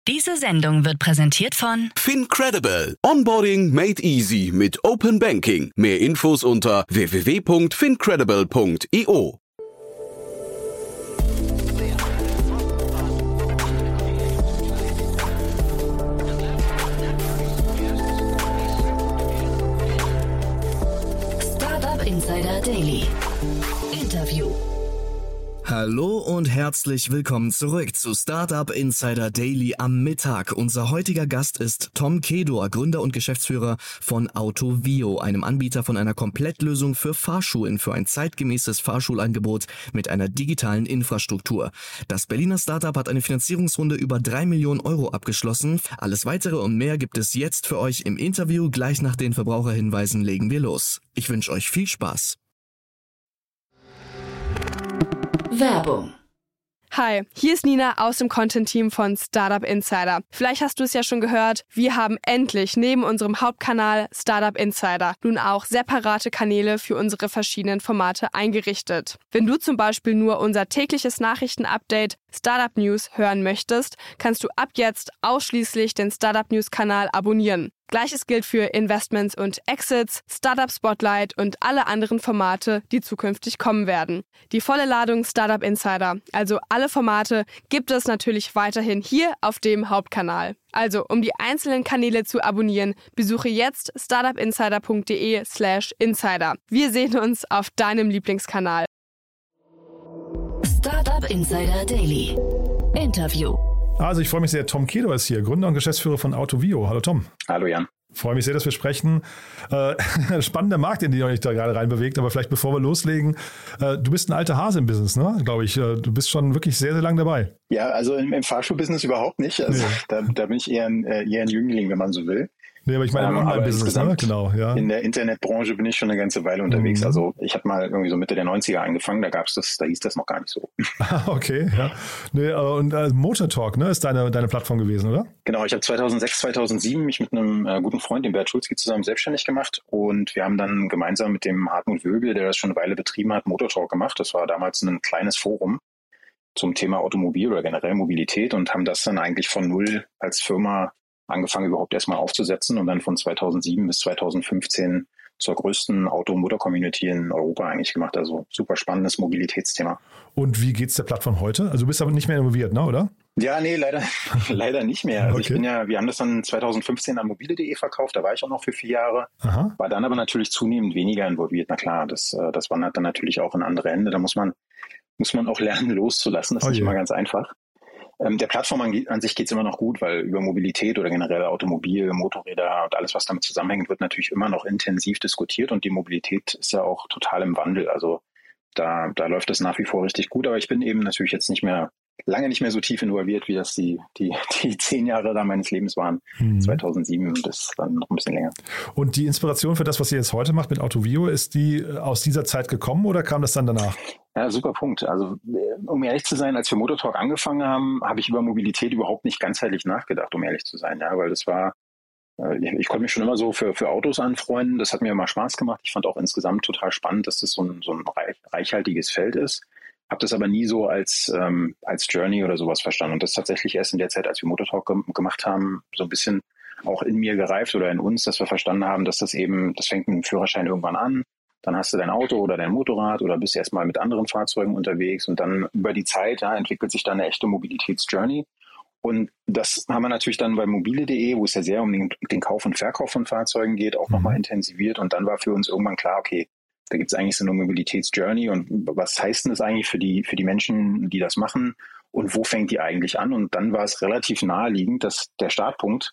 Diese Sendung wird präsentiert von FinCredible. Onboarding made easy mit Open Banking. Mehr Infos unter www.fincredible.io. Startup Insider Daily. Interview. Hallo und herzlich willkommen zurück zu Startup Insider Daily am Mittag. Unser heutiger Gast ist Tom Kedor, Gründer und Geschäftsführer von Autovio, einem Anbieter von einer Komplettlösung für Fahrschulen, für ein zeitgemäßes Fahrschulangebot mit einer digitalen Infrastruktur. Das Berliner Startup hat eine Finanzierungsrunde über 3 Millionen Euro abgeschlossen. Alles Weitere und mehr gibt es jetzt für euch im Interview. Gleich nach den Verbraucherhinweisen legen wir los. Ich wünsche euch viel Spaß. Werbung. Hi, hier ist Nina aus dem Content-Team von Startup Insider. Vielleicht hast du es ja schon gehört, wir haben endlich neben unserem Hauptkanal Startup Insider nun auch separate Kanäle für unsere verschiedenen Formate eingerichtet. Wenn du zum Beispiel nur unser tägliches Nachrichtenupdate Startup News hören möchtest, kannst du ab jetzt ausschließlich den Startup News-Kanal abonnieren. Gleiches gilt für Investments und Exits, Startup Spotlight und alle anderen Formate, die zukünftig kommen werden. Die volle Ladung Startup Insider, also alle Formate, gibt es natürlich weiterhin hier auf dem Hauptkanal. Also, um die einzelnen Kanäle zu abonnieren, besuche jetzt startupinsider.de/insider. Wir sehen uns auf deinem Lieblingskanal. Startup Insider Daily. Interview. Also ich freue mich sehr, Tom Kedor ist hier, Gründer und Geschäftsführer von Autovio. Hallo Tom. Hallo Jan. Freue mich sehr, dass wir sprechen. Spannender Markt, in den ihr euch da gerade reinbewegt, aber vielleicht bevor wir loslegen, du bist ein alter Hase im Business, ne? Glaube ich. Du bist schon wirklich sehr, sehr lang dabei. Ja, also im Fahrschulbusiness überhaupt nicht. Also da bin ich eher ein Jüngling, wenn man so will. Nee, aber ich meine im Online-Business, ne? Genau, ja. In der Internetbranche bin ich schon eine ganze Weile unterwegs. Also ich habe mal irgendwie so Mitte der 90er angefangen, da hieß das noch gar nicht so. Okay, ja. Nee, und Motor Talk, ne, ist deine Plattform gewesen, oder? Genau, ich habe 2006, 2007 mich mit einem guten Freund, dem Bert Schulzki, zusammen selbstständig gemacht und wir haben dann gemeinsam mit dem Hartmut Wöbel, der das schon eine Weile betrieben hat, Motor Talk gemacht. Das war damals ein kleines Forum zum Thema Automobil oder generell Mobilität und haben das dann eigentlich von null als Firma angefangen überhaupt erstmal aufzusetzen und dann von 2007 bis 2015 zur größten Auto-Motor-Community in Europa eigentlich gemacht. Also super spannendes Mobilitätsthema. Und wie geht's der Plattform heute? Also du bist aber nicht mehr involviert, ne, oder? Ja, nee, leider nicht mehr. Also Okay. wir haben das dann 2015 an mobile.de verkauft, da war ich auch noch für 4 Jahre, Aha. war dann aber natürlich zunehmend weniger involviert. Na klar, das wandert dann natürlich auch in andere Hände. Da muss man auch lernen, loszulassen. Das ist nicht immer ganz einfach. Der Plattform an sich geht es immer noch gut, weil über Mobilität oder generell Automobil, Motorräder und alles, was damit zusammenhängt, wird natürlich immer noch intensiv diskutiert und die Mobilität ist ja auch total im Wandel. Also da läuft das nach wie vor richtig gut, aber ich bin eben natürlich jetzt lange nicht mehr so tief involviert, wie das die 10 Jahre da meines Lebens waren, 2007 bis dann noch ein bisschen länger. Und die Inspiration für das, was ihr jetzt heute macht mit Autovio, ist die aus dieser Zeit gekommen oder kam das dann danach? Ja, super Punkt. Also um ehrlich zu sein, als wir Motor Talk angefangen haben, habe ich über Mobilität überhaupt nicht ganzheitlich nachgedacht, um ehrlich zu sein. Ja, weil das war, ich konnte mich schon immer so für Autos anfreunden. Das hat mir immer Spaß gemacht. Ich fand auch insgesamt total spannend, dass das so ein reichhaltiges Feld ist. Habe das aber nie so als Journey oder sowas verstanden. Und das tatsächlich erst in der Zeit, als wir Motor Talk gemacht haben, so ein bisschen auch in mir gereift oder in uns, dass wir verstanden haben, dass das fängt mit dem Führerschein irgendwann an. Dann hast du dein Auto oder dein Motorrad oder bist erstmal mit anderen Fahrzeugen unterwegs und dann über die Zeit entwickelt sich dann eine echte Mobilitätsjourney. Und das haben wir natürlich dann bei mobile.de, wo es ja sehr um den Kauf und Verkauf von Fahrzeugen geht, auch nochmal intensiviert. Und dann war für uns irgendwann klar, okay, da gibt es eigentlich so eine Mobilitätsjourney und was heißt denn das eigentlich für die Menschen, die das machen und wo fängt die eigentlich an? Und dann war es relativ naheliegend, dass der Startpunkt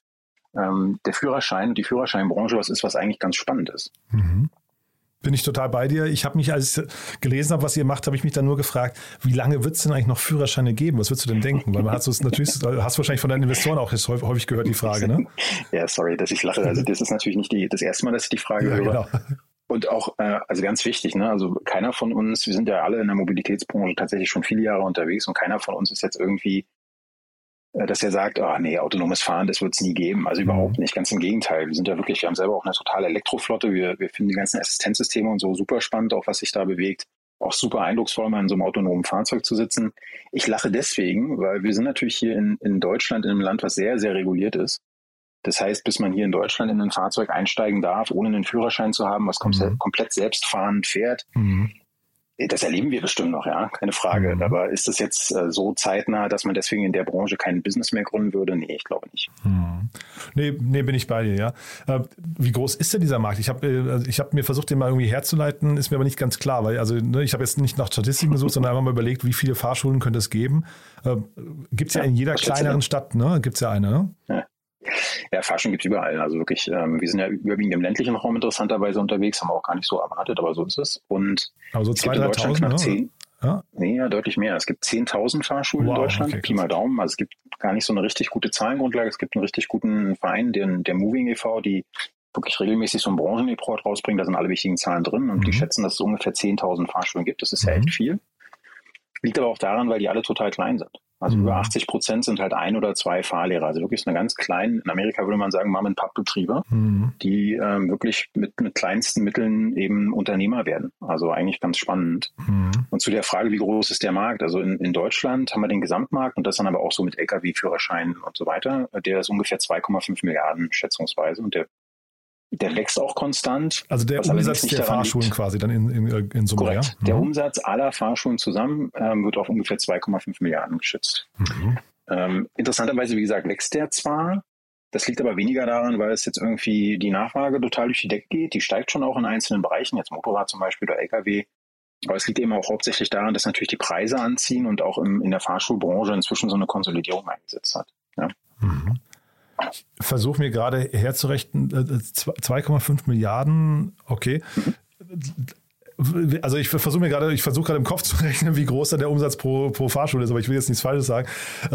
der Führerschein und die Führerscheinbranche was ist, was eigentlich ganz spannend ist. Mhm. Bin ich total bei dir. Ich habe mich, als ich gelesen habe, was ihr macht, habe ich mich dann nur gefragt, wie lange wird es denn eigentlich noch Führerscheine geben? Was würdest du denn denken? Weil man hat hast wahrscheinlich von deinen Investoren auch jetzt häufig gehört, die Frage, ne? Ja, sorry, dass ich lache. Also das ist natürlich nicht das erste Mal, dass ich die Frage höre. Genau. Und auch, also ganz wichtig, ne? Also keiner von uns, wir sind ja alle in der Mobilitätsbranche tatsächlich schon viele Jahre unterwegs und keiner von uns ist jetzt irgendwie, dass er sagt, autonomes Fahren, das wird es nie geben. Also überhaupt nicht, ganz im Gegenteil. Wir haben selber auch eine totale Elektroflotte. Wir finden die ganzen Assistenzsysteme und so super spannend, auch was sich da bewegt. auch super eindrucksvoll, mal in so einem autonomen Fahrzeug zu sitzen. Ich lache deswegen, weil wir sind natürlich hier in Deutschland in einem Land, was sehr, sehr reguliert ist. Das heißt, bis man hier in Deutschland in ein Fahrzeug einsteigen darf, ohne einen Führerschein zu haben, was komplett selbstfahrend fährt, das erleben wir bestimmt noch, ja, keine Frage. Aber ist das jetzt so zeitnah, dass man deswegen in der Branche kein Business mehr gründen würde? Nee, ich glaube nicht. Nee, bin ich bei dir, ja. Wie groß ist denn dieser Markt? Ich hab mir versucht, den mal irgendwie herzuleiten, ist mir aber nicht ganz klar, weil ich habe jetzt nicht nach Statistiken gesucht, sondern einfach mal überlegt, wie viele Fahrschulen könnte es geben. Gibt es ja in jeder kleineren Stadt, ne? Gibt es ja eine, ne? Ja. Ja, Fahrschulen gibt es überall. Also wirklich, wir sind ja überwiegend im ländlichen Raum interessanterweise unterwegs, haben wir auch gar nicht so erwartet, aber so ist es. Und aber so 2.000, 3.000, ja? Nee, ja, deutlich mehr. Es gibt 10.000 Fahrschulen in Deutschland, okay, Pi mal Daumen. Also es gibt gar nicht so eine richtig gute Zahlengrundlage. Es gibt einen richtig guten Verein, der Moving e.V., die wirklich regelmäßig so einen Branchenreport rausbringen. Da sind alle wichtigen Zahlen drin und die schätzen, dass es ungefähr 10.000 Fahrschulen gibt. Das ist ja echt viel. Liegt aber auch daran, weil die alle total klein sind. Also über 80% sind halt 1 oder 2 Fahrlehrer. Also wirklich so eine ganz kleine, in Amerika würde man sagen, Mom-and-Pop-Betriebe, die wirklich mit kleinsten Mitteln eben Unternehmer werden. Also eigentlich ganz spannend. Und zu der Frage, wie groß ist der Markt? Also in Deutschland haben wir den Gesamtmarkt und das dann aber auch so mit Lkw-Führerscheinen und so weiter. Der ist ungefähr 2,5 Milliarden schätzungsweise und der wächst auch konstant. Also der Umsatz der Fahrschulen quasi dann in Summe, korrekt. Ja? Der Umsatz aller Fahrschulen zusammen wird auf ungefähr 2,5 Milliarden geschätzt. Interessanterweise, wie gesagt, wächst der zwar. Das liegt aber weniger daran, weil es jetzt irgendwie die Nachfrage total durch die Decke geht. Die steigt schon auch in einzelnen Bereichen, jetzt Motorrad zum Beispiel oder Lkw. Aber es liegt eben auch hauptsächlich daran, dass natürlich die Preise anziehen und auch in der Fahrschulbranche inzwischen so eine Konsolidierung eingesetzt hat. Ja. Ich versuche mir gerade herzurechnen, 2,5 Milliarden, okay. Also ich versuche gerade im Kopf zu rechnen, wie groß dann der Umsatz pro Fahrschule ist, aber ich will jetzt nichts Falsches sagen.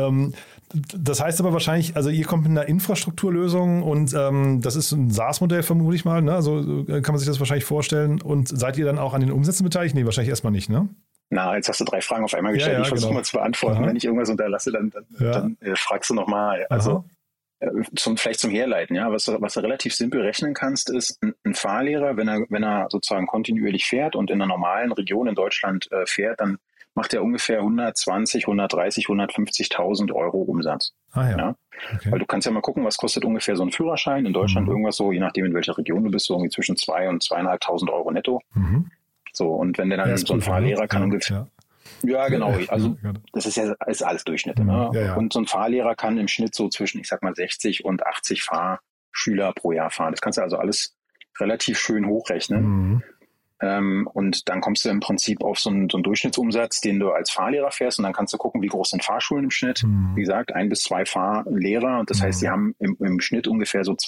Das heißt aber wahrscheinlich, also ihr kommt mit einer Infrastrukturlösung und das ist ein SaaS-Modell vermute ich mal, ne? Also kann man sich das wahrscheinlich vorstellen und seid ihr dann auch an den Umsätzen beteiligt? Nee, wahrscheinlich erstmal nicht, ne? Na, jetzt hast du 3 Fragen auf einmal gestellt, ich versuche mal zu beantworten. Aha. Wenn ich irgendwas unterlasse, dann fragst du nochmal. Also vielleicht zum Herleiten, ja, was du relativ simpel rechnen kannst, ist ein Fahrlehrer, wenn er sozusagen kontinuierlich fährt und in einer normalen Region in Deutschland fährt, dann macht er ungefähr 120, 130, 150.000 Euro Umsatz. Ja? Okay. Weil du kannst ja mal gucken, was kostet ungefähr so ein Führerschein in Deutschland, irgendwas so, je nachdem in welcher Region du bist, so irgendwie zwischen 2.000 und 2.500 Euro netto. So, und wenn der dann so ein Fahrlehrer kann ungefähr... Ja, genau. Also das ist alles Durchschnitte. Ne? Ja. Und so ein Fahrlehrer kann im Schnitt so zwischen, ich sag mal, 60 und 80 Fahrschüler pro Jahr fahren. Das kannst du also alles relativ schön hochrechnen. Und dann kommst du im Prinzip auf so einen Durchschnittsumsatz, den du als Fahrlehrer fährst und dann kannst du gucken, wie groß sind Fahrschulen im Schnitt. Wie gesagt, 1 bis 2 Fahrlehrer und das heißt, die haben im Schnitt ungefähr so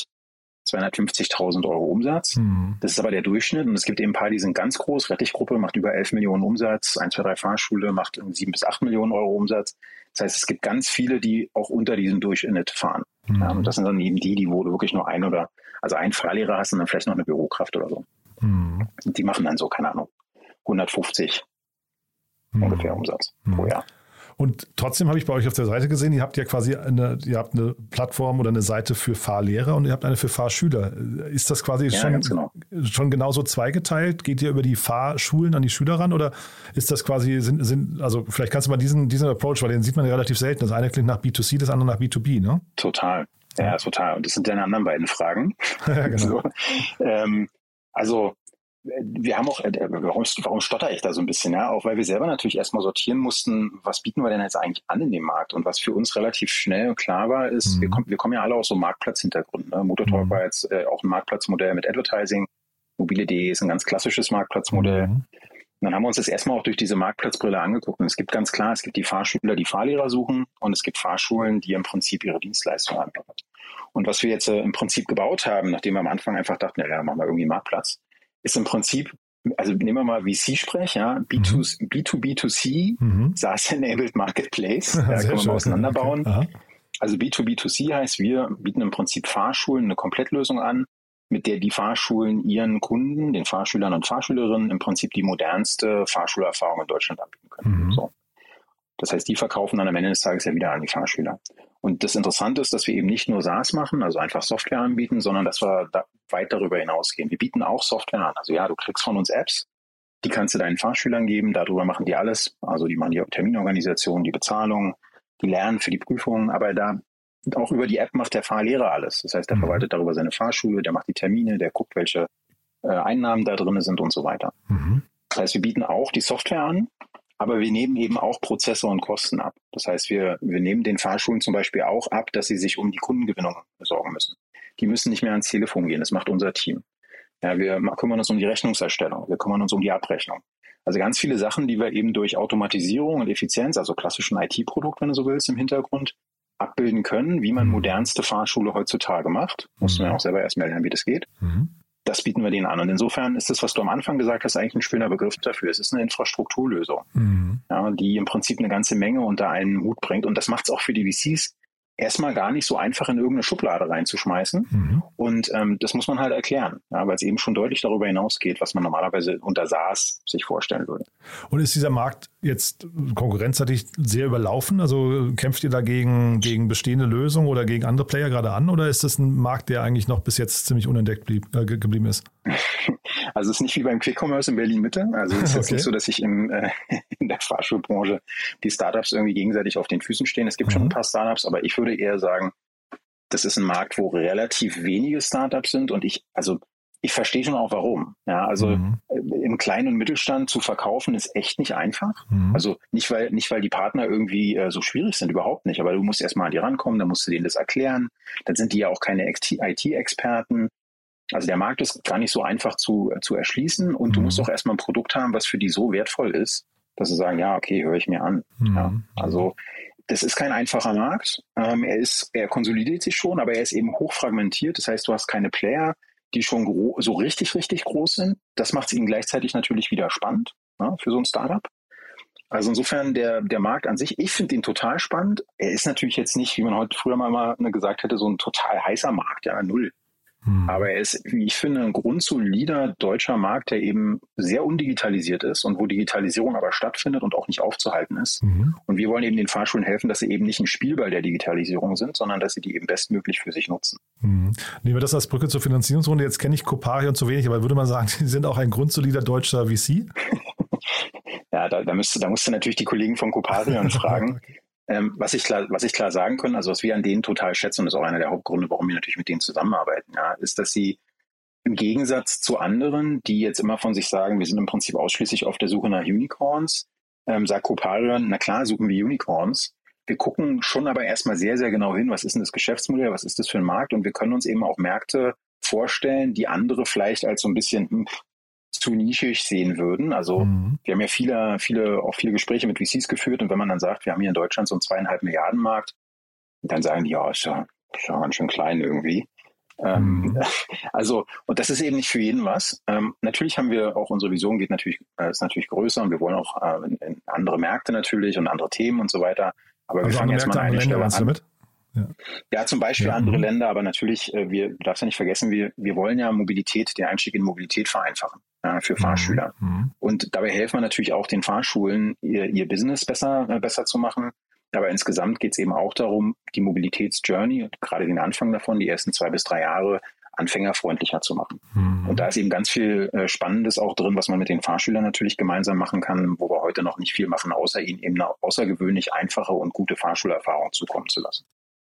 250.000 Euro Umsatz. Das ist aber der Durchschnitt und es gibt eben ein paar, die sind ganz groß. Rettichgruppe macht über 11 Millionen Umsatz, 1, 2, 3 Fahrschule macht 7 bis 8 Millionen Euro Umsatz. Das heißt, es gibt ganz viele, die auch unter diesem Durchschnitt fahren. Und das sind dann eben die, wo du wirklich nur ein Fahrlehrer hast und dann vielleicht noch eine Bürokraft oder so. Und die machen dann so, keine Ahnung, 150 ungefähr Umsatz pro Jahr. Und trotzdem habe ich bei euch auf der Seite gesehen, ihr habt ja quasi eine Plattform oder eine Seite für Fahrlehrer und ihr habt eine für Fahrschüler. Ist das quasi schon genauso zweigeteilt? Geht ihr über die Fahrschulen an die Schüler ran oder ist das quasi, also vielleicht kannst du mal diesen Approach, weil den sieht man ja relativ selten. Das eine klingt nach B2C, das andere nach B2B, ne? Total. Ja, total. Und das sind deine anderen beiden Fragen. Ja, genau. Also wir haben auch, warum stotter ich da so ein bisschen, ja? Auch weil wir selber natürlich erstmal sortieren mussten, was bieten wir denn jetzt eigentlich an in dem Markt? Und was für uns relativ schnell klar war, ist, wir kommen ja alle aus so Marktplatzhintergründen. Ne? Motortalk war jetzt auch ein Marktplatzmodell mit Advertising. Mobile.de ist ein ganz klassisches Marktplatzmodell. Und dann haben wir uns das erstmal auch durch diese Marktplatzbrille angeguckt. Und es gibt ganz klar, es gibt die Fahrschüler, die Fahrlehrer suchen und es gibt Fahrschulen, die im Prinzip ihre Dienstleistung anbieten. Und was wir jetzt im Prinzip gebaut haben, nachdem wir am Anfang einfach dachten, ja, machen wir irgendwie einen Marktplatz, ist im Prinzip, also nehmen wir mal VC-Sprech, ja, B2B2C, SaaS-enabled Marketplace, da können wir mal auseinanderbauen. Okay. Also B2B2C heißt, wir bieten im Prinzip Fahrschulen eine Komplettlösung an, mit der die Fahrschulen ihren Kunden, den Fahrschülern und Fahrschülerinnen im Prinzip die modernste Fahrschulerfahrung in Deutschland anbieten können. So. Das heißt, die verkaufen dann am Ende des Tages ja wieder an die Fahrschüler. Und das Interessante ist, dass wir eben nicht nur SaaS machen, also einfach Software anbieten, sondern dass wir weit darüber hinausgehen. Wir bieten auch Software an. Also ja, du kriegst von uns Apps, Die kannst du deinen Fahrschülern geben, darüber machen die alles. Also die machen die Terminorganisation, die Bezahlung, die lernen für die Prüfungen, aber da auch über die App macht der Fahrlehrer alles. Das heißt, der verwaltet darüber seine Fahrschule, der macht die Termine, der guckt, welche Einnahmen da drin sind und so weiter. Das heißt, wir bieten auch die Software an, aber wir nehmen eben auch Prozesse und Kosten ab. Das heißt, wir nehmen den Fahrschulen zum Beispiel auch ab, dass sie sich um die Kundengewinnung sorgen müssen. Die müssen nicht mehr ans Telefon gehen, das macht unser Team. Ja, wir kümmern uns um die Rechnungserstellung, wir kümmern uns um die Abrechnung. Also ganz viele Sachen, die wir eben durch Automatisierung und Effizienz, also klassischen IT-Produkt, wenn du so willst, im Hintergrund abbilden können, wie man modernste Fahrschule heutzutage macht. Mussten wir auch selber erst mal lernen, wie das geht. Das bieten wir denen an. Und insofern ist das, was du am Anfang gesagt hast, eigentlich ein schöner Begriff dafür. Es ist eine Infrastrukturlösung, ja, die im Prinzip eine ganze Menge unter einen Hut bringt. Und das macht es auch für die VCs erstmal gar nicht so einfach in irgendeine Schublade reinzuschmeißen. Und das muss man halt erklären, ja, weil es eben schon deutlich darüber hinausgeht, was man normalerweise unter SaaS sich vorstellen würde. Und ist dieser Markt jetzt konkurrenzseitig sehr überlaufen? Also kämpft ihr dagegen gegen bestehende Lösungen oder gegen andere Player gerade an? Oder ist das ein Markt, der eigentlich noch bis jetzt ziemlich unentdeckt geblieben ist? Also es ist nicht wie beim Quick Commerce in Berlin-Mitte. Also es ist jetzt nicht so, dass sich in der Fahrschulbranche die Startups irgendwie gegenseitig auf den Füßen stehen. Es gibt schon ein paar Startups, aber ich würde eher sagen, das ist ein Markt, wo relativ wenige Startups sind und ich verstehe schon auch warum. Ja, also im Kleinen und Mittelstand zu verkaufen ist echt nicht einfach. Also nicht weil die Partner irgendwie so schwierig sind, überhaupt nicht. Aber du musst erstmal an die rankommen, dann musst du denen das erklären. Dann sind die ja auch keine IT-Experten. Also der Markt ist gar nicht so einfach zu erschließen und du musst auch erstmal ein Produkt haben, was für die so wertvoll ist, dass sie sagen, ja, okay, höre ich mir an. Ja, also das ist kein einfacher Markt. Er konsolidiert sich schon, aber er ist eben hochfragmentiert. Das heißt, du hast keine Player, die schon so richtig, richtig groß sind. Das macht es ihnen gleichzeitig natürlich wieder spannend, ja, für so ein Startup. Also insofern der Markt an sich, ich finde ihn total spannend. Er ist natürlich jetzt nicht, wie man heute früher mal gesagt hätte, so ein total heißer Markt, ja, null. Aber er ist, wie ich finde, ein grundsolider deutscher Markt, der eben sehr undigitalisiert ist und wo Digitalisierung aber stattfindet und auch nicht aufzuhalten ist. Und wir wollen eben den Fahrschulen helfen, dass sie eben nicht ein Spielball der Digitalisierung sind, sondern dass sie die eben bestmöglich für sich nutzen. Nehmen wir das als Brücke zur Finanzierungsrunde. Jetzt kenne ich Coparion zu wenig, aber würde man sagen, sie sind auch ein grundsolider deutscher VC? Ja, da musst du natürlich die Kollegen von Coparion fragen. Okay. Was ich klar sagen kann, also was wir an denen total schätzen, und das ist auch einer der Hauptgründe, warum wir natürlich mit denen zusammenarbeiten, ja, ist, dass sie im Gegensatz zu anderen, die jetzt immer von sich sagen, wir sind im Prinzip ausschließlich auf der Suche nach Unicorns, sagt Coparion, na klar, suchen wir Unicorns. Wir gucken schon aber erstmal sehr, sehr genau hin, was ist denn das Geschäftsmodell, was ist das für ein Markt, und wir können uns eben auch Märkte vorstellen, die andere vielleicht als so ein bisschen zu nischig sehen würden. Also wir haben ja viele Gespräche mit VCs geführt, und wenn man dann sagt, wir haben hier in Deutschland so einen 2,5 Milliarden Markt, dann sagen die, ja, ist ja ganz schön klein irgendwie. Also, und das ist eben nicht für jeden was. Natürlich haben wir auch, unsere Vision ist natürlich größer, und wir wollen auch in andere Märkte natürlich und andere Themen und so weiter. Aber also wir fangen jetzt mal an einer Stelle an. Ja, zum Beispiel andere Länder, aber natürlich, du darfst ja nicht vergessen, wir wollen ja den Einstieg in Mobilität vereinfachen für Fahrschüler. Und dabei helfen wir natürlich auch den Fahrschulen, ihr Business besser zu machen. Aber insgesamt geht es eben auch darum, die Mobilitätsjourney, gerade den Anfang davon, die ersten 2 bis 3 Jahre, anfängerfreundlicher zu machen. Und da ist eben ganz viel Spannendes auch drin, was man mit den Fahrschülern natürlich gemeinsam machen kann, wo wir heute noch nicht viel machen, außer ihnen eben eine außergewöhnlich einfache und gute Fahrschulerfahrung zukommen zu lassen.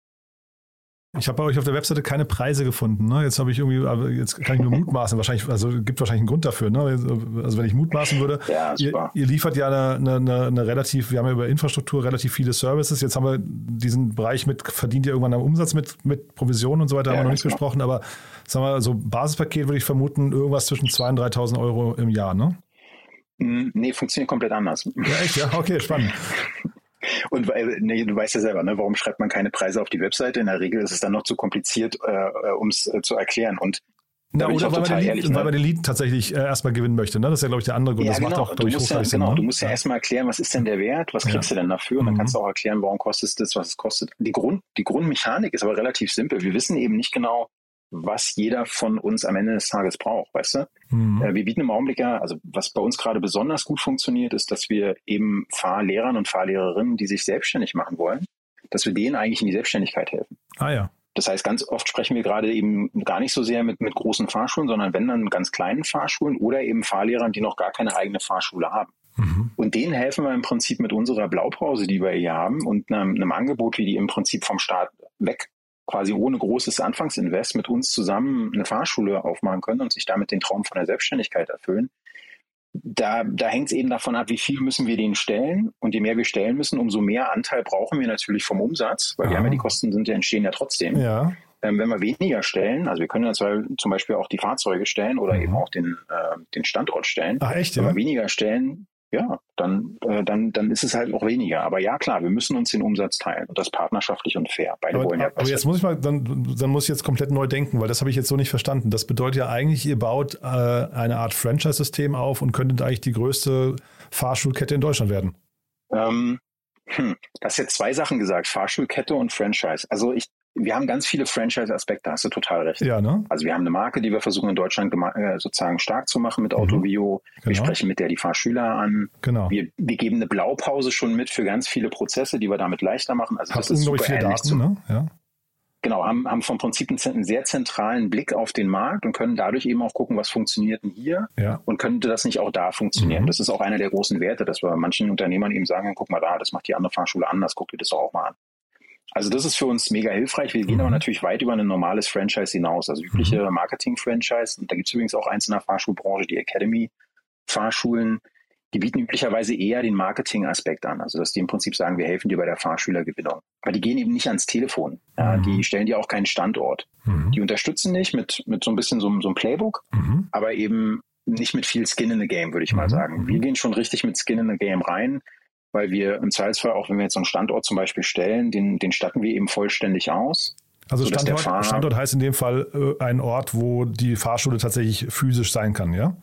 Ich habe bei euch auf der Webseite keine Preise gefunden. Ne? Jetzt kann ich nur mutmaßen. Gibt wahrscheinlich einen Grund dafür. Ne? Also wenn ich mutmaßen würde, ja, ihr liefert ja eine relativ, wir haben ja über Infrastruktur relativ viele Services. Jetzt haben wir diesen Bereich verdient ihr irgendwann am Umsatz mit Provisionen und so weiter, haben wir noch nicht besprochen. Aber sagen wir, so Basispaket würde ich vermuten, irgendwas zwischen 2.000 und 3.000 Euro im Jahr, ne? Nee, funktioniert komplett anders. Ja, echt? Ja, okay, spannend. Und du weißt ja selber, ne, warum schreibt man keine Preise auf die Webseite? In der Regel ist es dann noch zu kompliziert, um es zu erklären. Und oder weil man den Lead tatsächlich erstmal gewinnen möchte. Ne? Das ist ja, glaube ich, der andere Grund. Ja, das macht auch, glaube ich, hochgradig Sinn. Du musst ja erstmal erklären, was ist denn der Wert? Was kriegst du denn dafür? Und dann kannst du auch erklären, warum kostet es das, was es kostet. Die Grundmechanik ist aber relativ simpel. Wir wissen eben nicht genau, was jeder von uns am Ende des Tages braucht, weißt du? Wir bieten im Augenblick also was bei uns gerade besonders gut funktioniert, ist, dass wir eben Fahrlehrern und Fahrlehrerinnen, die sich selbstständig machen wollen, dass wir denen eigentlich in die Selbstständigkeit helfen. Ah ja. Das heißt, ganz oft sprechen wir gerade eben gar nicht so sehr mit großen Fahrschulen, sondern wenn dann mit ganz kleinen Fahrschulen oder eben Fahrlehrern, die noch gar keine eigene Fahrschule haben. Und denen helfen wir im Prinzip mit unserer Blaupause, die wir hier haben und einem Angebot, wie die im Prinzip vom Staat weg, quasi ohne großes Anfangsinvest mit uns zusammen eine Fahrschule aufmachen können und sich damit den Traum von der Selbstständigkeit erfüllen. Da hängt es eben davon ab, wie viel müssen wir denen stellen. Und je mehr wir stellen müssen, umso mehr Anteil brauchen wir natürlich vom Umsatz, weil wir haben ja die Kosten entstehen ja trotzdem. Ja. Wenn wir weniger stellen, also wir können ja zum Beispiel auch die Fahrzeuge stellen oder eben auch den Standort stellen. Ach echt, Wenn wir weniger stellen, ja, dann ist es halt auch weniger. Aber ja, klar, wir müssen uns den Umsatz teilen und das partnerschaftlich und fair. Beide wollen ja aber jetzt muss ich mal, dann muss ich jetzt komplett neu denken, weil das habe ich jetzt so nicht verstanden. Das bedeutet ja eigentlich, ihr baut eine Art Franchise-System auf und könntet eigentlich die größte Fahrschulkette in Deutschland werden. Du hast jetzt zwei Sachen gesagt, Fahrschulkette und Franchise. Also wir haben ganz viele Franchise-Aspekte, hast du total recht. Ja, ne? Also wir haben eine Marke, die wir versuchen in Deutschland sozusagen stark zu machen mit Autovio. Genau. Wir sprechen mit der die Fahrschüler an. Genau. Wir geben eine Blaupause schon mit für ganz viele Prozesse, die wir damit leichter machen. Also das ist super viele Daten, ne? Ja. Genau, haben vom Prinzip einen sehr zentralen Blick auf den Markt und können dadurch eben auch gucken, was funktioniert denn hier und könnte das nicht auch da funktionieren. Das ist auch einer der großen Werte, dass wir manchen Unternehmern eben sagen, guck mal da, das macht die andere Fahrschule anders, guck dir das doch auch mal an. Also das ist für uns mega hilfreich. Wir gehen aber natürlich weit über ein normales Franchise hinaus, also übliche Marketing-Franchise. Und da gibt es übrigens auch eins in der Fahrschulbranche, die Academy-Fahrschulen. Die bieten üblicherweise eher den Marketing-Aspekt an. Also dass die im Prinzip sagen, wir helfen dir bei der Fahrschülergewinnung. Aber die gehen eben nicht ans Telefon. Ja, die stellen dir auch keinen Standort. Die unterstützen dich mit so ein bisschen so einem Playbook, aber eben nicht mit viel Skin in the Game, würde ich mal sagen. Wir gehen schon richtig mit Skin in the Game rein, weil wir im Zweifelsfall, auch wenn wir jetzt so einen Standort zum Beispiel stellen, den statten wir eben vollständig aus. Also Standort heißt in dem Fall ein Ort, wo die Fahrschule tatsächlich physisch sein kann, ja?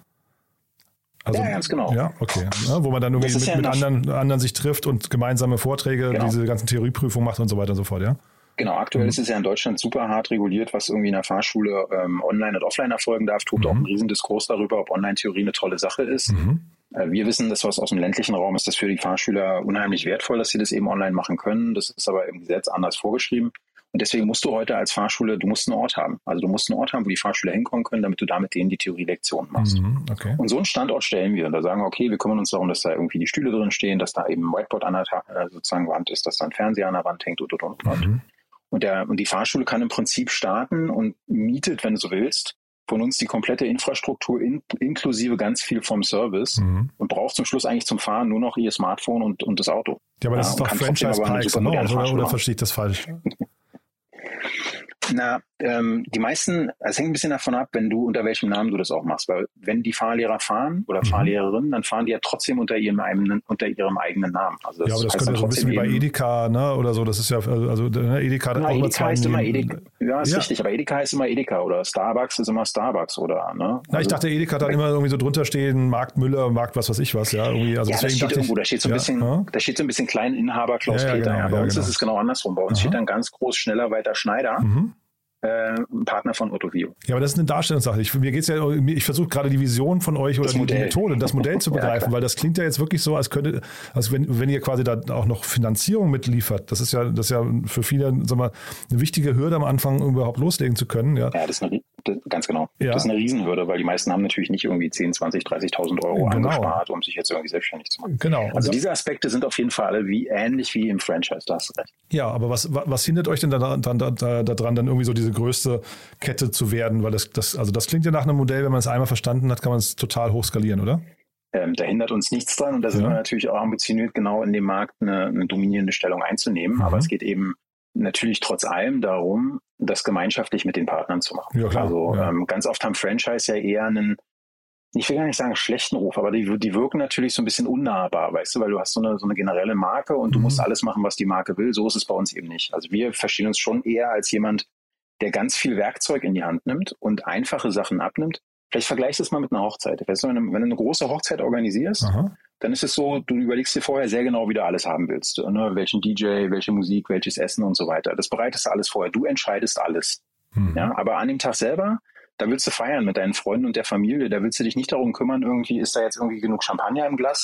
Also, ja, ganz genau. Ja, okay. Ja, wo man dann irgendwie mit anderen sich trifft und gemeinsame Vorträge, diese ganzen Theorieprüfungen macht und so weiter und so fort, ja? Genau, aktuell ist es ja in Deutschland super hart reguliert, was irgendwie in der Fahrschule online und offline erfolgen darf. Tobt auch einen Riesendiskurs darüber, ob Online-Theorie eine tolle Sache ist. Wir wissen, dass was aus dem ländlichen Raum ist, das für die Fahrschüler unheimlich wertvoll, dass sie das eben online machen können. Das ist aber im Gesetz anders vorgeschrieben. Und deswegen musst du heute als Fahrschule, du musst einen Ort haben. Also du musst einen Ort haben, wo die Fahrschüler hinkommen können, damit du da mit denen die Theorielektionen machst. Okay. Und so einen Standort stellen wir. Und da sagen wir, okay, wir kümmern uns darum, dass da irgendwie die Stühle drin stehen, dass da eben ein Whiteboard an der sozusagen Wand ist, dass da ein Fernseher an der Wand hängt und. Und die Fahrschule kann im Prinzip starten und mietet, wenn du so willst, von uns die komplette Infrastruktur inklusive ganz viel vom Service und braucht zum Schluss eigentlich zum Fahren nur noch ihr Smartphone und das Auto. Ja, aber das ist doch Franchise-Preis, oder verstehe ich das falsch? Na, die meisten, es hängt ein bisschen davon ab, wenn du unter welchem Namen du das auch machst, weil wenn die Fahrlehrer fahren oder Fahrlehrerinnen, dann fahren die ja trotzdem unter ihrem eigenen Namen. Also das aber das könnte so ein bisschen wie bei Edeka, ne, oder so, das ist ja, also Edeka hat auch immer zwei. Heißt immer Edeka. Ja, ist richtig, aber Edeka heißt immer Edeka oder Starbucks ist immer Starbucks oder, ne? Na, ich dachte, Edeka hat dann immer irgendwie so drunter stehen, Markt Müller, Markt was weiß ich was, ja, irgendwie, also ja, deswegen dachte da steht so ein bisschen Kleininhaber Klaus Peter. Genau, bei uns ist es genau andersrum. Bei uns steht dann ganz groß schneller weiter Schneider. Ein Partner von Autovio. Ja, aber das ist eine Darstellungssache. Mir geht's ja, ich versuche gerade die Vision von euch oder die Methode, das Modell zu begreifen, weil das klingt ja jetzt wirklich so, als wenn ihr quasi da auch noch Finanzierung mitliefert. Das ist ja für viele, sagen wir, eine wichtige Hürde am Anfang, überhaupt loslegen zu können. Ja, ganz genau. Ja. Das ist eine Riesenhürde, weil die meisten haben natürlich nicht irgendwie 10, 20, 30.000 Euro angespart, um sich jetzt irgendwie selbstständig zu machen. Genau. Also diese Aspekte sind auf jeden Fall alle ähnlich wie im Franchise, da hast du recht. Ja, aber was hindert euch denn daran, dann irgendwie so diese größte Kette zu werden? Weil das klingt ja nach einem Modell, wenn man es einmal verstanden hat, kann man es total hoch skalieren, oder? Da hindert uns nichts dran und da sind wir natürlich auch ambitioniert, genau in dem Markt eine dominierende Stellung einzunehmen. Aber es geht eben natürlich trotz allem darum, das gemeinschaftlich mit den Partnern zu machen. Ja, klar. Also ganz oft haben Franchise ja eher einen, ich will gar nicht sagen schlechten Ruf, aber die wirken natürlich so ein bisschen unnahbar, weißt du, weil du hast so eine generelle Marke und du musst alles machen, was die Marke will. So ist es bei uns eben nicht. Also wir verstehen uns schon eher als jemand, der ganz viel Werkzeug in die Hand nimmt und einfache Sachen abnimmt. Vielleicht vergleichst du es mal mit einer Hochzeit. Weißt du, wenn du eine große Hochzeit organisierst, dann ist es so, du überlegst dir vorher sehr genau, wie du alles haben willst. Ne? Welchen DJ, welche Musik, welches Essen und so weiter. Das bereitest du alles vorher. Du entscheidest alles. Ja? Aber an dem Tag selber, da willst du feiern mit deinen Freunden und der Familie. Da willst du dich nicht darum kümmern, irgendwie ist da jetzt irgendwie genug Champagner im Glas,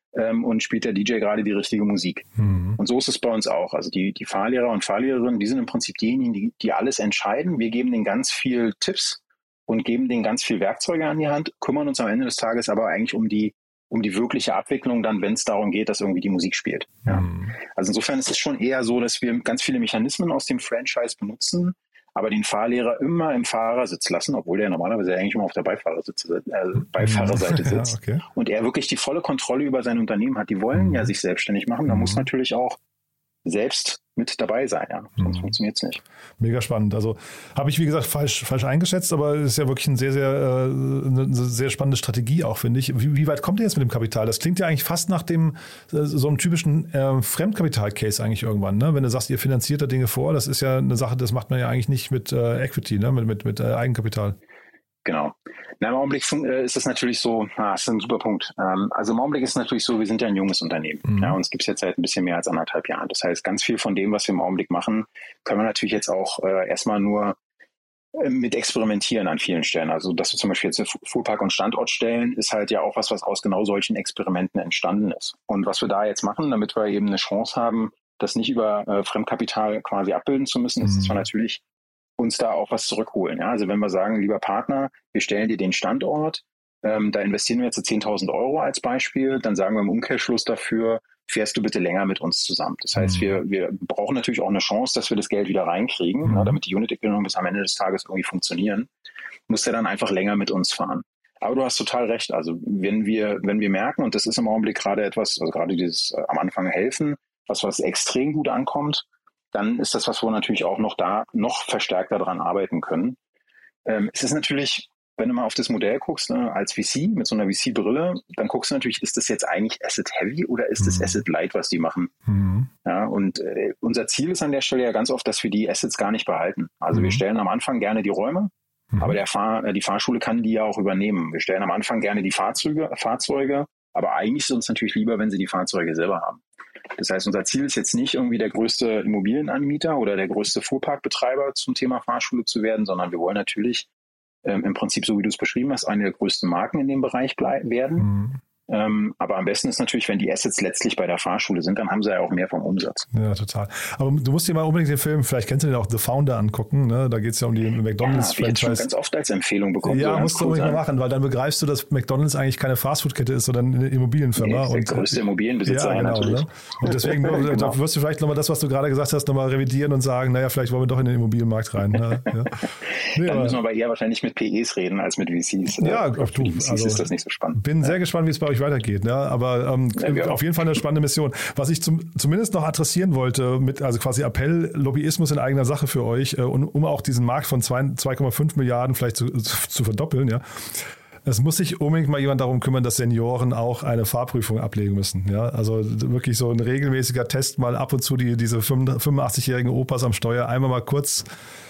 und spielt der DJ gerade die richtige Musik. Und so ist es bei uns auch. Also die Fahrlehrer und Fahrlehrerinnen, die sind im Prinzip diejenigen, die alles entscheiden. Wir geben denen ganz viel Tipps und geben denen ganz viel Werkzeuge an die Hand, kümmern uns am Ende des Tages aber eigentlich um die wirkliche Abwicklung dann, wenn es darum geht, dass irgendwie die Musik spielt. Ja. Also insofern ist es schon eher so, dass wir ganz viele Mechanismen aus dem Franchise benutzen, aber den Fahrlehrer immer im Fahrersitz lassen, obwohl der normalerweise eigentlich immer auf der Beifahrerseite sitzt. Okay. Und er wirklich die volle Kontrolle über sein Unternehmen hat. Die wollen ja sich selbstständig machen. Da muss natürlich auch selbst mit dabei sein, ja. Sonst funktioniert es nicht. Mega spannend. Also habe ich, wie gesagt, falsch eingeschätzt, aber es ist ja wirklich eine sehr spannende Strategie auch, finde ich. Wie weit kommt ihr jetzt mit dem Kapital? Das klingt ja eigentlich fast nach so einem typischen Fremdkapital-Case eigentlich irgendwann, ne? Wenn du sagst, ihr finanziert da Dinge vor, das ist ja eine Sache, das macht man ja eigentlich nicht mit Equity, ne? mit Eigenkapital. Genau. Im Augenblick ist es natürlich so, das ist ein super Punkt. Also im Augenblick ist es natürlich so, wir sind ja ein junges Unternehmen. Ja, uns gibt es jetzt seit ein bisschen mehr als 1,5 Jahren. Das heißt, ganz viel von dem, was wir im Augenblick machen, können wir natürlich jetzt auch erstmal nur mit experimentieren an vielen Stellen. Also dass wir zum Beispiel jetzt Fuhrpark und Standort stellen, ist halt ja auch was aus genau solchen Experimenten entstanden ist. Und was wir da jetzt machen, damit wir eben eine Chance haben, das nicht über Fremdkapital quasi abbilden zu müssen, ist, dass wir natürlich uns da auch was zurückholen. Ja? Also wenn wir sagen, lieber Partner, wir stellen dir den Standort, da investieren wir jetzt 10.000 € als Beispiel, dann sagen wir im Umkehrschluss dafür, fährst du bitte länger mit uns zusammen. Das heißt, wir brauchen natürlich auch eine Chance, dass wir das Geld wieder reinkriegen, damit die Unit-Economics bis am Ende des Tages irgendwie funktionieren, muss der dann einfach länger mit uns fahren. Aber du hast total recht. Also wenn wir merken, und das ist im Augenblick gerade etwas, also gerade dieses am Anfang helfen, was extrem gut ankommt, dann ist das was, wo wir natürlich auch noch verstärkter daran arbeiten können. Es ist natürlich, wenn du mal auf das Modell guckst, ne, als VC, mit so einer VC-Brille, dann guckst du natürlich, ist das jetzt eigentlich Asset-Heavy oder ist das Asset-Light, was die machen? Ja, und unser Ziel ist an der Stelle ja ganz oft, dass wir die Assets gar nicht behalten. Also wir stellen am Anfang gerne die Räume, aber die Fahrschule kann die ja auch übernehmen. Wir stellen am Anfang gerne die Fahrzeuge, aber eigentlich ist es uns natürlich lieber, wenn sie die Fahrzeuge selber haben. Das heißt, unser Ziel ist jetzt nicht irgendwie der größte Immobilienanbieter oder der größte Fuhrparkbetreiber zum Thema Fahrschule zu werden, sondern wir wollen natürlich im Prinzip, so wie du es beschrieben hast, eine der größten Marken in dem Bereich werden. Aber am besten ist natürlich, wenn die Assets letztlich bei der Fahrschule sind, dann haben sie ja auch mehr vom Umsatz. Ja, total. Aber du musst dir mal unbedingt den Film, vielleicht kennst du den auch, The Founder angucken, ne? Da geht es ja um die McDonald's-Franchise. Ja, schon ganz oft als Empfehlung bekommen. Ja, musst du unbedingt mal machen, weil dann begreifst du, dass McDonald's eigentlich keine Fastfood-Kette ist, sondern eine Immobilienfirma. Nee, der größte Immobilienbesitzer, ja, genau, natürlich. Ne? Und deswegen da wirst du vielleicht nochmal das, was du gerade gesagt hast, nochmal revidieren und sagen, naja, vielleicht wollen wir doch in den Immobilienmarkt rein. Ne? Ja. Nee, dann müssen wir aber eher wahrscheinlich mit PEs reden, als mit VCs. Ja, für die VCs ist das nicht so spannend. Bin sehr gespannt, wie es bei euch weitergeht. Ne? Aber auf jeden Fall eine spannende Mission. Was ich zumindest noch adressieren wollte, also quasi Appell, Lobbyismus in eigener Sache für euch, um auch diesen Markt von 2,5 Milliarden vielleicht zu verdoppeln. Ja. Es muss sich unbedingt mal jemand darum kümmern, dass Senioren auch eine Fahrprüfung ablegen müssen. Ja. Also wirklich so ein regelmäßiger Test, mal ab und zu diese 85-jährigen Opas am Steuer einmal mal kurz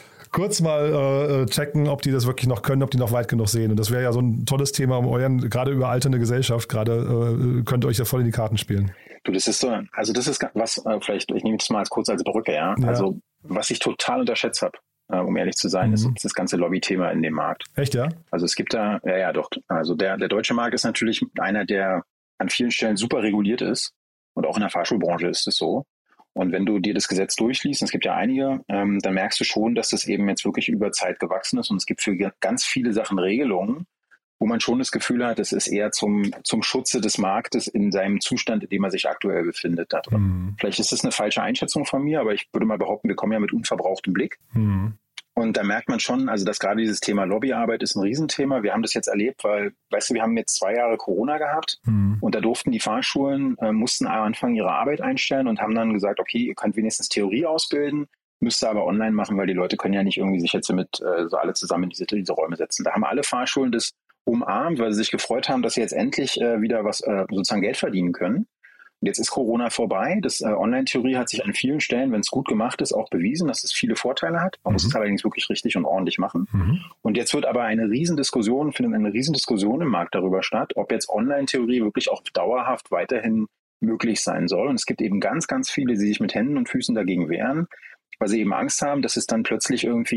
mal checken, ob die das wirklich noch können, ob die noch weit genug sehen. Und das wäre ja so ein tolles Thema, um gerade überalternde Gesellschaft, könnt ihr euch ja voll in die Karten spielen. Du, das ist so, also das ist was, vielleicht, ich nehme das mal kurz als Brücke, ja. Also was ich total unterschätzt habe, um ehrlich zu sein, ist das ganze Lobby-Thema in dem Markt. Echt, ja? Also es gibt da, ja doch, also der deutsche Markt ist natürlich einer, der an vielen Stellen super reguliert ist. Und auch in der Fahrschulbranche ist es so. Und wenn du dir das Gesetz durchliest, und es gibt ja einige, dann merkst du schon, dass das eben jetzt wirklich über Zeit gewachsen ist. Und es gibt für ganz viele Sachen Regelungen, wo man schon das Gefühl hat, es ist eher zum Schutze des Marktes in seinem Zustand, in dem er sich aktuell befindet. Vielleicht ist das eine falsche Einschätzung von mir, aber ich würde mal behaupten, wir kommen ja mit unverbrauchtem Blick. Und da merkt man schon, also dass gerade dieses Thema Lobbyarbeit ist ein Riesenthema. Wir haben das jetzt erlebt, weil, weißt du, wir haben jetzt 2 Jahre Corona gehabt und da durften die Fahrschulen, mussten am Anfang ihre Arbeit einstellen und haben dann gesagt, okay, ihr könnt wenigstens Theorie ausbilden, müsst ihr aber online machen, weil die Leute können ja nicht irgendwie sich jetzt so alle zusammen in diese Räume setzen. Da haben alle Fahrschulen das umarmt, weil sie sich gefreut haben, dass sie jetzt endlich wieder was sozusagen Geld verdienen können. Und jetzt ist Corona vorbei. Das Online-Theorie hat sich an vielen Stellen, wenn es gut gemacht ist, auch bewiesen, dass es viele Vorteile hat. Man muss es allerdings wirklich richtig und ordentlich machen. Und jetzt findet eine Riesendiskussion im Markt darüber statt, ob jetzt Online-Theorie wirklich auch dauerhaft weiterhin möglich sein soll. Und es gibt eben ganz, ganz viele, die sich mit Händen und Füßen dagegen wehren, weil sie eben Angst haben, dass es dann plötzlich irgendwie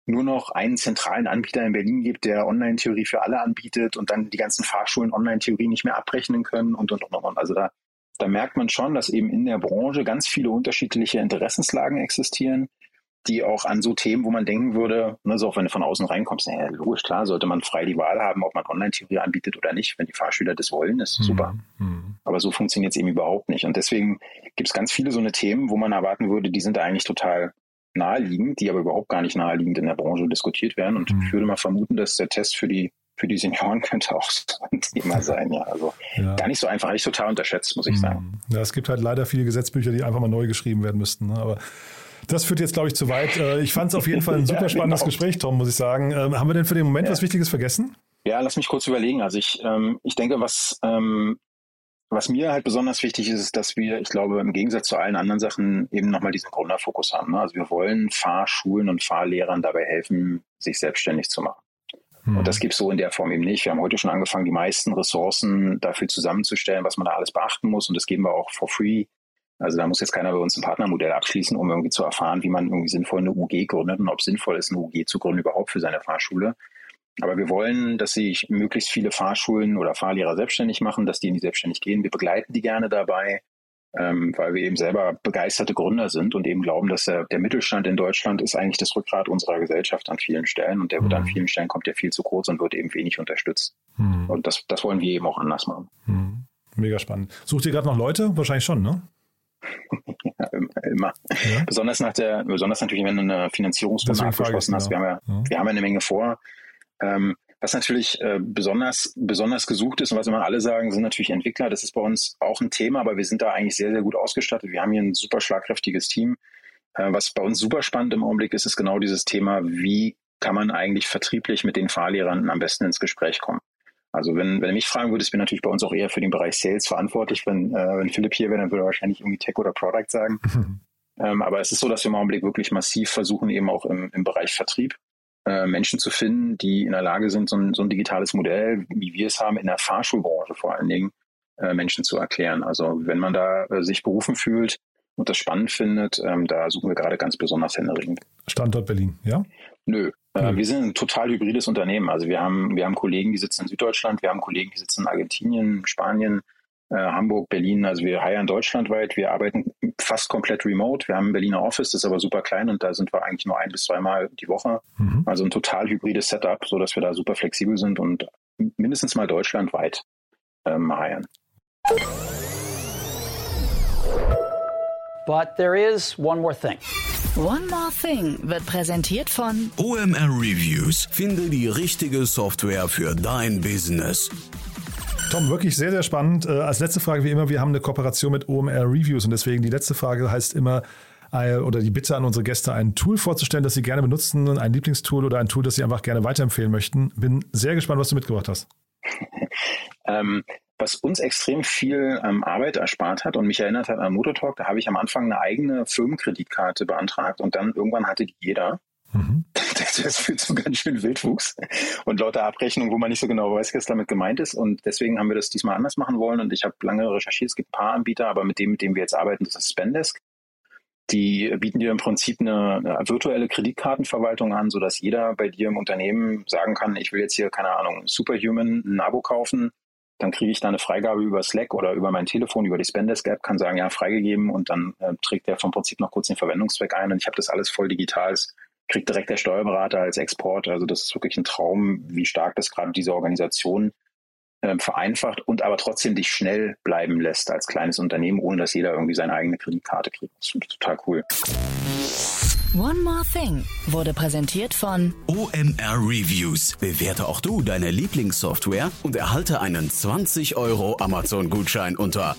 nur noch einen zentralen Anbieter in Berlin gibt, der Online-Theorie für alle anbietet und dann die ganzen Fahrschulen Online-Theorie nicht mehr abrechnen können und. Also da merkt man schon, dass eben in der Branche ganz viele unterschiedliche Interessenslagen existieren, die auch an so Themen, wo man denken würde, ne, so auch wenn du von außen reinkommst, logisch, klar, sollte man frei die Wahl haben, ob man Online-Theorie anbietet oder nicht. Wenn die Fahrschüler das wollen, ist super. Aber so funktioniert es eben überhaupt nicht. Und deswegen gibt es ganz viele so eine Themen, wo man erwarten würde, die sind eigentlich total naheliegend, die aber überhaupt gar nicht naheliegend in der Branche diskutiert werden. Und ich würde mal vermuten, dass der Test für die Senioren könnte auch so ein Thema sein. Ja, also gar nicht so einfach, eigentlich total unterschätzt, muss ich sagen. Ja, es gibt halt leider viele Gesetzbücher, die einfach mal neu geschrieben werden müssten. Ne? Aber das führt jetzt, glaube ich, zu weit. Ich fand es auf jeden Fall ein super spannendes Gespräch, Tom, muss ich sagen. Haben wir denn für den Moment was Wichtiges vergessen? Ja, lass mich kurz überlegen. Also ich denke, was mir halt besonders wichtig ist dass wir, ich glaube, im Gegensatz zu allen anderen Sachen eben nochmal diesen Gründerfokus haben. Ne? Also wir wollen Fahrschulen und Fahrlehrern dabei helfen, sich selbstständig zu machen. Und das gibt es so in der Form eben nicht. Wir haben heute schon angefangen, die meisten Ressourcen dafür zusammenzustellen, was man da alles beachten muss. Und das geben wir auch for free. Also da muss jetzt keiner bei uns ein Partnermodell abschließen, um irgendwie zu erfahren, wie man irgendwie sinnvoll eine UG gründet und ob es sinnvoll ist, eine UG zu gründen überhaupt für seine Fahrschule. Aber wir wollen, dass sich möglichst viele Fahrschulen oder Fahrlehrer selbstständig machen, dass die in die Selbstständigkeit gehen. Wir begleiten die gerne dabei, weil wir eben selber begeisterte Gründer sind und eben glauben, dass der Mittelstand in Deutschland ist eigentlich das Rückgrat unserer Gesellschaft an vielen Stellen und der wird an vielen Stellen kommt ja viel zu kurz und wird eben wenig unterstützt. Und das wollen wir eben auch anders machen. Mega spannend. Sucht ihr gerade noch Leute? Wahrscheinlich schon, ne? Ja, immer. Ja. Besonders natürlich, wenn du eine Finanzierungsrunde abgeschlossen hast. Wir haben ja eine Menge vor. Was natürlich besonders gesucht ist und was immer alle sagen, sind natürlich Entwickler. Das ist bei uns auch ein Thema, aber wir sind da eigentlich sehr, sehr gut ausgestattet. Wir haben hier ein super schlagkräftiges Team. Was bei uns super spannend im Augenblick ist genau dieses Thema, wie kann man eigentlich vertrieblich mit den Fahrlehrern am besten ins Gespräch kommen. Also wenn du mich fragen würdest, bin ich natürlich bei uns auch eher für den Bereich Sales verantwortlich. Wenn Philipp hier wäre, dann würde er wahrscheinlich irgendwie Tech oder Product sagen. Aber es ist so, dass wir im Augenblick wirklich massiv versuchen, eben auch im Bereich Vertrieb Menschen zu finden, die in der Lage sind, so ein digitales Modell, wie wir es haben, in der Fahrschulbranche vor allen Dingen, Menschen zu erklären. Also wenn man da sich berufen fühlt und das spannend findet, da suchen wir gerade ganz besonders händeringend. Standort Berlin, ja? Nö. Wir sind ein total hybrides Unternehmen. Also wir haben Kollegen, die sitzen in Süddeutschland, wir haben Kollegen, die sitzen in Argentinien, Spanien, Hamburg, Berlin. Also wir hiren deutschlandweit, wir arbeiten fast komplett remote. Wir haben ein Berliner Office, das ist aber super klein und da sind wir eigentlich nur 1 bis 2 Mal die Woche. Also ein total hybrides Setup, sodass wir da super flexibel sind und mindestens mal deutschlandweit hiren. But there is one more thing. One More Thing wird präsentiert von OMR Reviews. Finde die richtige Software für dein Business. Tom, wirklich sehr, sehr spannend. Als letzte Frage wie immer, wir haben eine Kooperation mit OMR Reviews und deswegen die letzte Frage heißt immer, oder die Bitte an unsere Gäste, ein Tool vorzustellen, das sie gerne benutzen, ein Lieblingstool oder ein Tool, das sie einfach gerne weiterempfehlen möchten. Bin sehr gespannt, was du mitgebracht hast. Was uns extrem viel Arbeit erspart hat und mich erinnert hat an Motortalk, da habe ich am Anfang eine eigene Firmenkreditkarte beantragt und dann irgendwann hatte die jeder. Das führt zu ganz schön Wildwuchs und lauter Abrechnungen, wo man nicht so genau weiß, was damit gemeint ist. Und deswegen haben wir das diesmal anders machen wollen. Und ich habe lange recherchiert, es gibt ein paar Anbieter, aber mit dem wir jetzt arbeiten, das ist Spendesk. Die bieten dir im Prinzip eine virtuelle Kreditkartenverwaltung an, sodass jeder bei dir im Unternehmen sagen kann, ich will jetzt hier, keine Ahnung, Superhuman ein Abo kaufen. Dann kriege ich da eine Freigabe über Slack oder über mein Telefon, über die Spendesk-App, kann sagen, ja, freigegeben und dann trägt der vom Prinzip noch kurz den Verwendungszweck ein und ich habe das alles voll digital, kriegt direkt der Steuerberater als Export. Also das ist wirklich ein Traum, wie stark das gerade diese Organisation vereinfacht und aber trotzdem dich schnell bleiben lässt als kleines Unternehmen, ohne dass jeder irgendwie seine eigene Kreditkarte kriegt. Das ist total cool. One More Thing wurde präsentiert von OMR Reviews. Bewerte auch du deine Lieblingssoftware und erhalte einen 20 € Amazon-Gutschein unter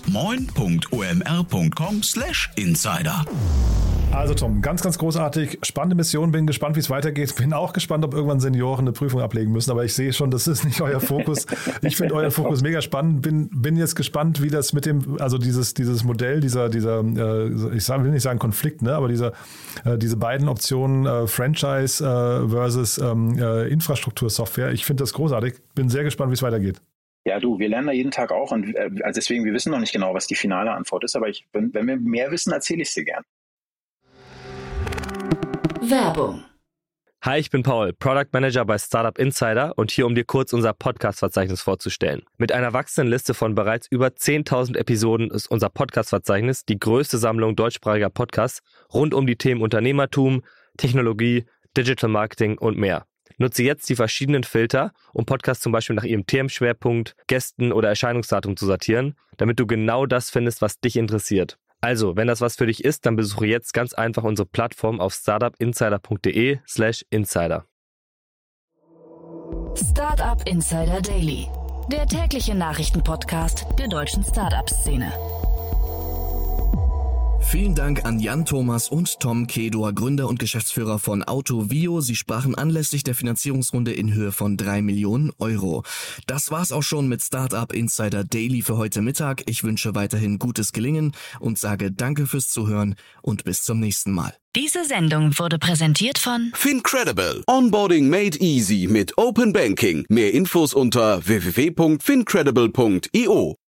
moin.omr.com/insider. Also Tom, ganz, ganz großartig, spannende Mission, bin gespannt, wie es weitergeht. Bin auch gespannt, ob irgendwann Senioren eine Prüfung ablegen müssen, aber ich sehe schon, das ist nicht euer Fokus. Ich finde euren Fokus mega spannend, bin jetzt gespannt, wie das mit dem, also dieses Modell, dieser ich will nicht sagen Konflikt, ne, aber diese beiden Optionen, Franchise versus Infrastruktursoftware, ich finde das großartig, bin sehr gespannt, wie es weitergeht. Ja, du, wir lernen da jeden Tag auch und deswegen, wir wissen noch nicht genau, was die finale Antwort ist, aber wenn wir mehr wissen, erzähle ich es dir gern. Werbung. Hi, ich bin Paul, Product Manager bei Startup Insider und hier, um dir kurz unser Podcast-Verzeichnis vorzustellen. Mit einer wachsenden Liste von bereits über 10.000 Episoden ist unser Podcast-Verzeichnis die größte Sammlung deutschsprachiger Podcasts rund um die Themen Unternehmertum, Technologie, Digital Marketing und mehr. Nutze jetzt die verschiedenen Filter, um Podcasts zum Beispiel nach ihrem Themenschwerpunkt, Gästen oder Erscheinungsdatum zu sortieren, damit du genau das findest, was dich interessiert. Also, wenn das was für dich ist, dann besuche jetzt ganz einfach unsere Plattform auf startupinsider.de/insider. Startup Insider Daily, der tägliche Nachrichtenpodcast der deutschen Startup-Szene. Vielen Dank an Jan Thomas und Tom Kedor, Gründer und Geschäftsführer von Autovio. Sie sprachen anlässlich der Finanzierungsrunde in Höhe von 3 Millionen Euro. Das war's auch schon mit Startup Insider Daily für heute Mittag. Ich wünsche weiterhin gutes Gelingen und sage Danke fürs Zuhören und bis zum nächsten Mal. Diese Sendung wurde präsentiert von FinCredible. Onboarding made easy mit Open Banking. Mehr Infos unter www.fincredible.io.